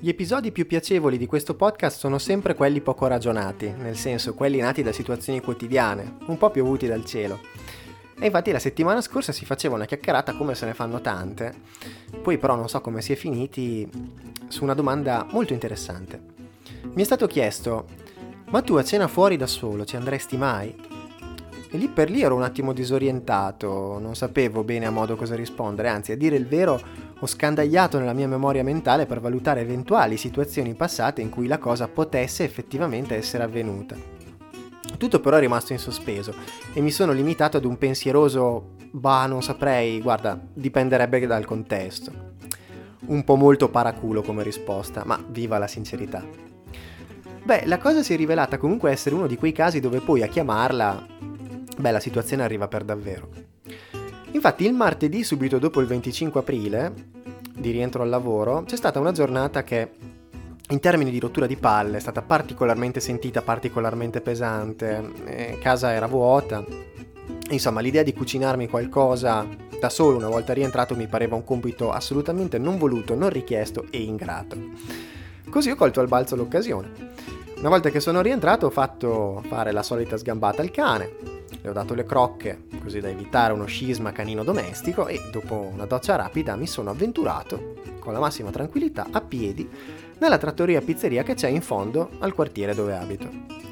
Gli episodi più piacevoli di questo podcast sono sempre quelli poco ragionati, nel senso quelli nati da situazioni quotidiane, un po' piovuti dal cielo. E infatti la settimana scorsa si faceva una chiacchierata come se ne fanno tante, poi però non so come si è finiti su una domanda molto interessante. Mi è stato chiesto: ma tu a cena fuori da solo ci andresti mai? E lì per lì ero un attimo disorientato, non sapevo bene a modo cosa rispondere, anzi a dire il vero ho scandagliato nella mia memoria mentale per valutare eventuali situazioni passate in cui la cosa potesse effettivamente essere avvenuta. Tutto però è rimasto in sospeso e mi sono limitato ad un pensieroso non saprei, guarda, dipenderebbe dal contesto. Un po' molto paraculo come risposta, ma viva la sincerità. La cosa si è rivelata comunque essere uno di quei casi dove poi a chiamarla, la situazione arriva per davvero. Infatti il martedì, subito dopo il 25 aprile, di rientro al lavoro, c'è stata una giornata che, in termini di rottura di palle, è stata particolarmente sentita, particolarmente pesante, casa era vuota, insomma l'idea di cucinarmi qualcosa da solo una volta rientrato mi pareva un compito assolutamente non voluto, non richiesto e ingrato. Così ho colto al balzo l'occasione. Una volta che sono rientrato ho fatto fare la solita sgambata al cane, le ho dato le crocche così da evitare uno scisma canino domestico e dopo una doccia rapida mi sono avventurato con la massima tranquillità a piedi nella trattoria pizzeria che c'è in fondo al quartiere dove abito.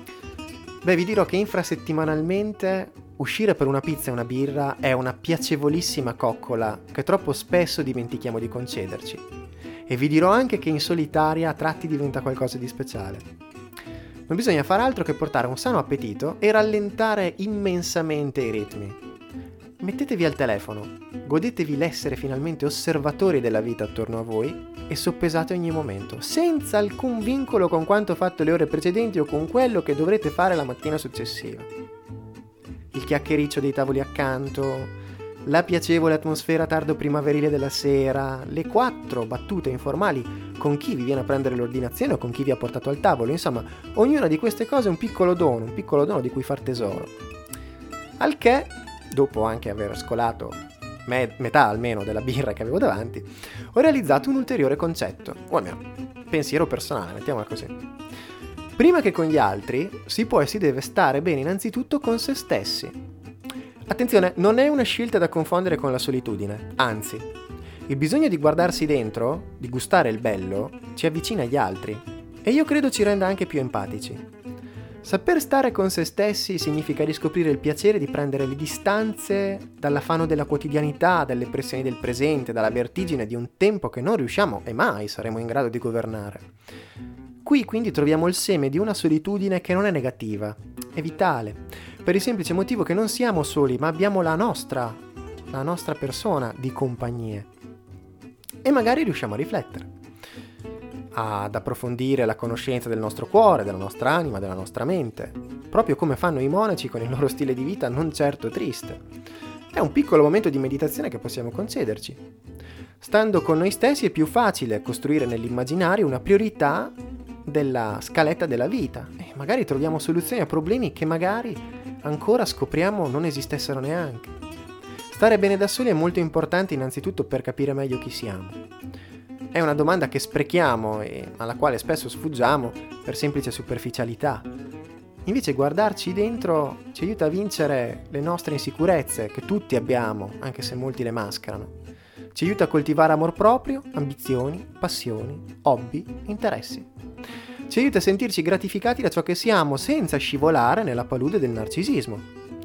Vi dirò che infrasettimanalmente uscire per una pizza e una birra è una piacevolissima coccola che troppo spesso dimentichiamo di concederci, e vi dirò anche che in solitaria a tratti diventa qualcosa di speciale. Non bisogna fare altro che portare un sano appetito e rallentare immensamente i ritmi. Mettetevi al telefono, godetevi l'essere finalmente osservatori della vita attorno a voi e soppesate ogni momento, senza alcun vincolo con quanto fatto le ore precedenti o con quello che dovrete fare la mattina successiva. Il chiacchiericcio dei tavoli accanto, la piacevole atmosfera tardo primaverile della sera, le 4 battute informali con chi vi viene a prendere l'ordinazione o con chi vi ha portato al tavolo, insomma, ognuna di queste cose è un piccolo dono di cui far tesoro. Al che, dopo anche aver scolato metà almeno della birra che avevo davanti, ho realizzato un ulteriore concetto, o almeno pensiero personale, mettiamola così. Prima che con gli altri, si può e si deve stare bene innanzitutto con se stessi. Attenzione, non è una scelta da confondere con la solitudine, anzi, il bisogno di guardarsi dentro, di gustare il bello, ci avvicina agli altri e io credo ci renda anche più empatici. Saper stare con se stessi significa riscoprire il piacere di prendere le distanze dall'affanno della quotidianità, dalle pressioni del presente, dalla vertigine di un tempo che non riusciamo e mai saremo in grado di governare. Qui quindi troviamo il seme di una solitudine che non è negativa, è vitale, per il semplice motivo che non siamo soli, ma abbiamo la nostra persona di compagnie. E magari riusciamo a riflettere, ad approfondire la conoscenza del nostro cuore, della nostra anima, della nostra mente, proprio come fanno i monaci con il loro stile di vita non certo triste. È un piccolo momento di meditazione che possiamo concederci. Stando con noi stessi è più facile costruire nell'immaginario una priorità della scaletta della vita e magari troviamo soluzioni a problemi che magari ancora scopriamo non esistessero neanche. Stare bene da soli è molto importante innanzitutto per capire meglio chi siamo. È una domanda che sprechiamo e alla quale spesso sfuggiamo per semplice superficialità. Invece guardarci dentro ci aiuta a vincere le nostre insicurezze che tutti abbiamo, anche se molti le mascherano. Ci aiuta a coltivare amor proprio, ambizioni, passioni, hobby, interessi. Ci aiuta a sentirci gratificati da ciò che siamo senza scivolare nella palude del narcisismo.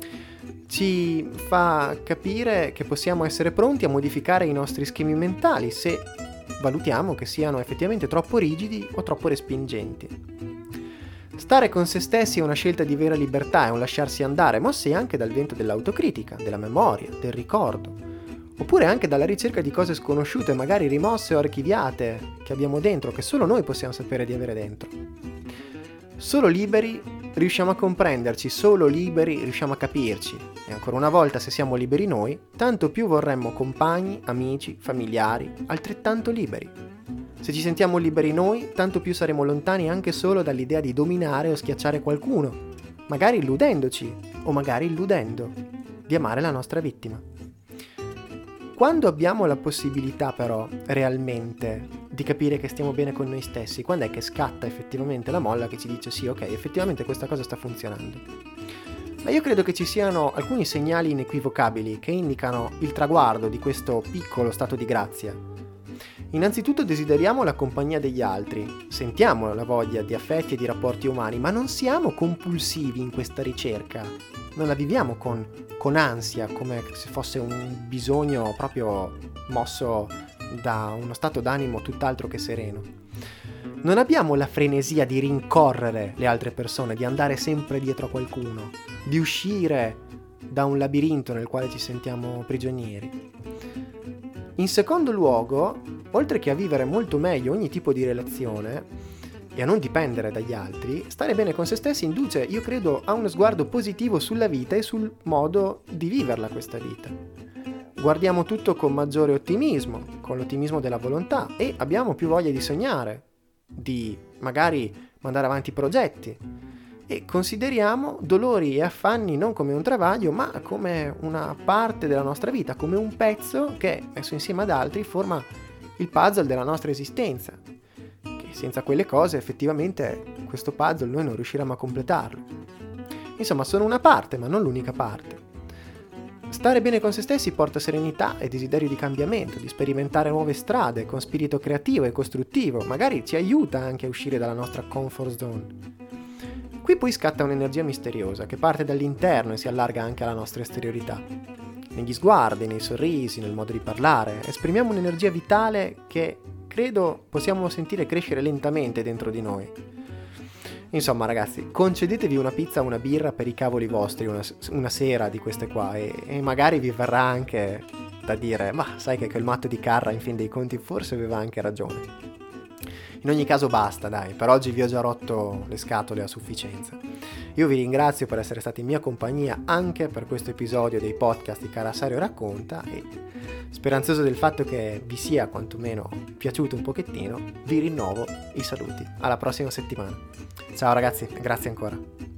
Ci fa capire che possiamo essere pronti a modificare i nostri schemi mentali se valutiamo che siano effettivamente troppo rigidi o troppo respingenti. Stare con se stessi è una scelta di vera libertà, è un lasciarsi andare, mossi anche dal vento dell'autocritica, della memoria, del ricordo, oppure anche dalla ricerca di cose sconosciute, magari rimosse o archiviate, che abbiamo dentro, che solo noi possiamo sapere di avere dentro. Solo liberi riusciamo a comprenderci, solo liberi riusciamo a capirci, e ancora una volta, se siamo liberi noi, tanto più vorremmo compagni, amici, familiari, altrettanto liberi. Se ci sentiamo liberi noi, tanto più saremo lontani anche solo dall'idea di dominare o schiacciare qualcuno, magari illudendoci, o magari illudendo, di amare la nostra vittima. Quando abbiamo la possibilità però, realmente, di capire che stiamo bene con noi stessi? Quando è che scatta effettivamente la molla che ci dice sì, ok, effettivamente questa cosa sta funzionando? Ma io credo che ci siano alcuni segnali inequivocabili che indicano il traguardo di questo piccolo stato di grazia. Innanzitutto desideriamo la compagnia degli altri, sentiamo la voglia di affetti e di rapporti umani, ma non siamo compulsivi in questa ricerca, non la viviamo con ansia, come se fosse un bisogno proprio mosso da uno stato d'animo tutt'altro che sereno. Non abbiamo la frenesia di rincorrere le altre persone, di andare sempre dietro a qualcuno, di uscire da un labirinto nel quale ci sentiamo prigionieri. In secondo luogo, oltre che a vivere molto meglio ogni tipo di relazione e a non dipendere dagli altri, stare bene con se stessi induce, io credo, a uno sguardo positivo sulla vita e sul modo di viverla questa vita. Guardiamo tutto con maggiore ottimismo, con l'ottimismo della volontà, e abbiamo più voglia di sognare, di magari mandare avanti progetti, e consideriamo dolori e affanni non come un travaglio, ma come una parte della nostra vita, come un pezzo che, messo insieme ad altri, forma il puzzle della nostra esistenza, che senza quelle cose effettivamente questo puzzle noi non riusciremo a completarlo. Insomma, sono una parte, ma non l'unica parte. Stare bene con se stessi porta serenità e desiderio di cambiamento, di sperimentare nuove strade con spirito creativo e costruttivo, magari ci aiuta anche a uscire dalla nostra comfort zone. Qui poi scatta un'energia misteriosa che parte dall'interno e si allarga anche alla nostra esteriorità. Negli sguardi, nei sorrisi, nel modo di parlare, esprimiamo un'energia vitale che credo possiamo sentire crescere lentamente dentro di noi. Insomma ragazzi, concedetevi una pizza o una birra per i cavoli vostri una sera di queste qua e magari vi verrà anche da dire ma sai che quel matto di Carra in fin dei conti forse aveva anche ragione. In ogni caso basta, dai, per oggi vi ho già rotto le scatole a sufficienza. Io vi ringrazio per essere stati in mia compagnia anche per questo episodio dei podcast di Carasario Racconta e speranzoso del fatto che vi sia quantomeno piaciuto un pochettino, vi rinnovo i saluti. Alla prossima settimana. Ciao ragazzi, grazie ancora.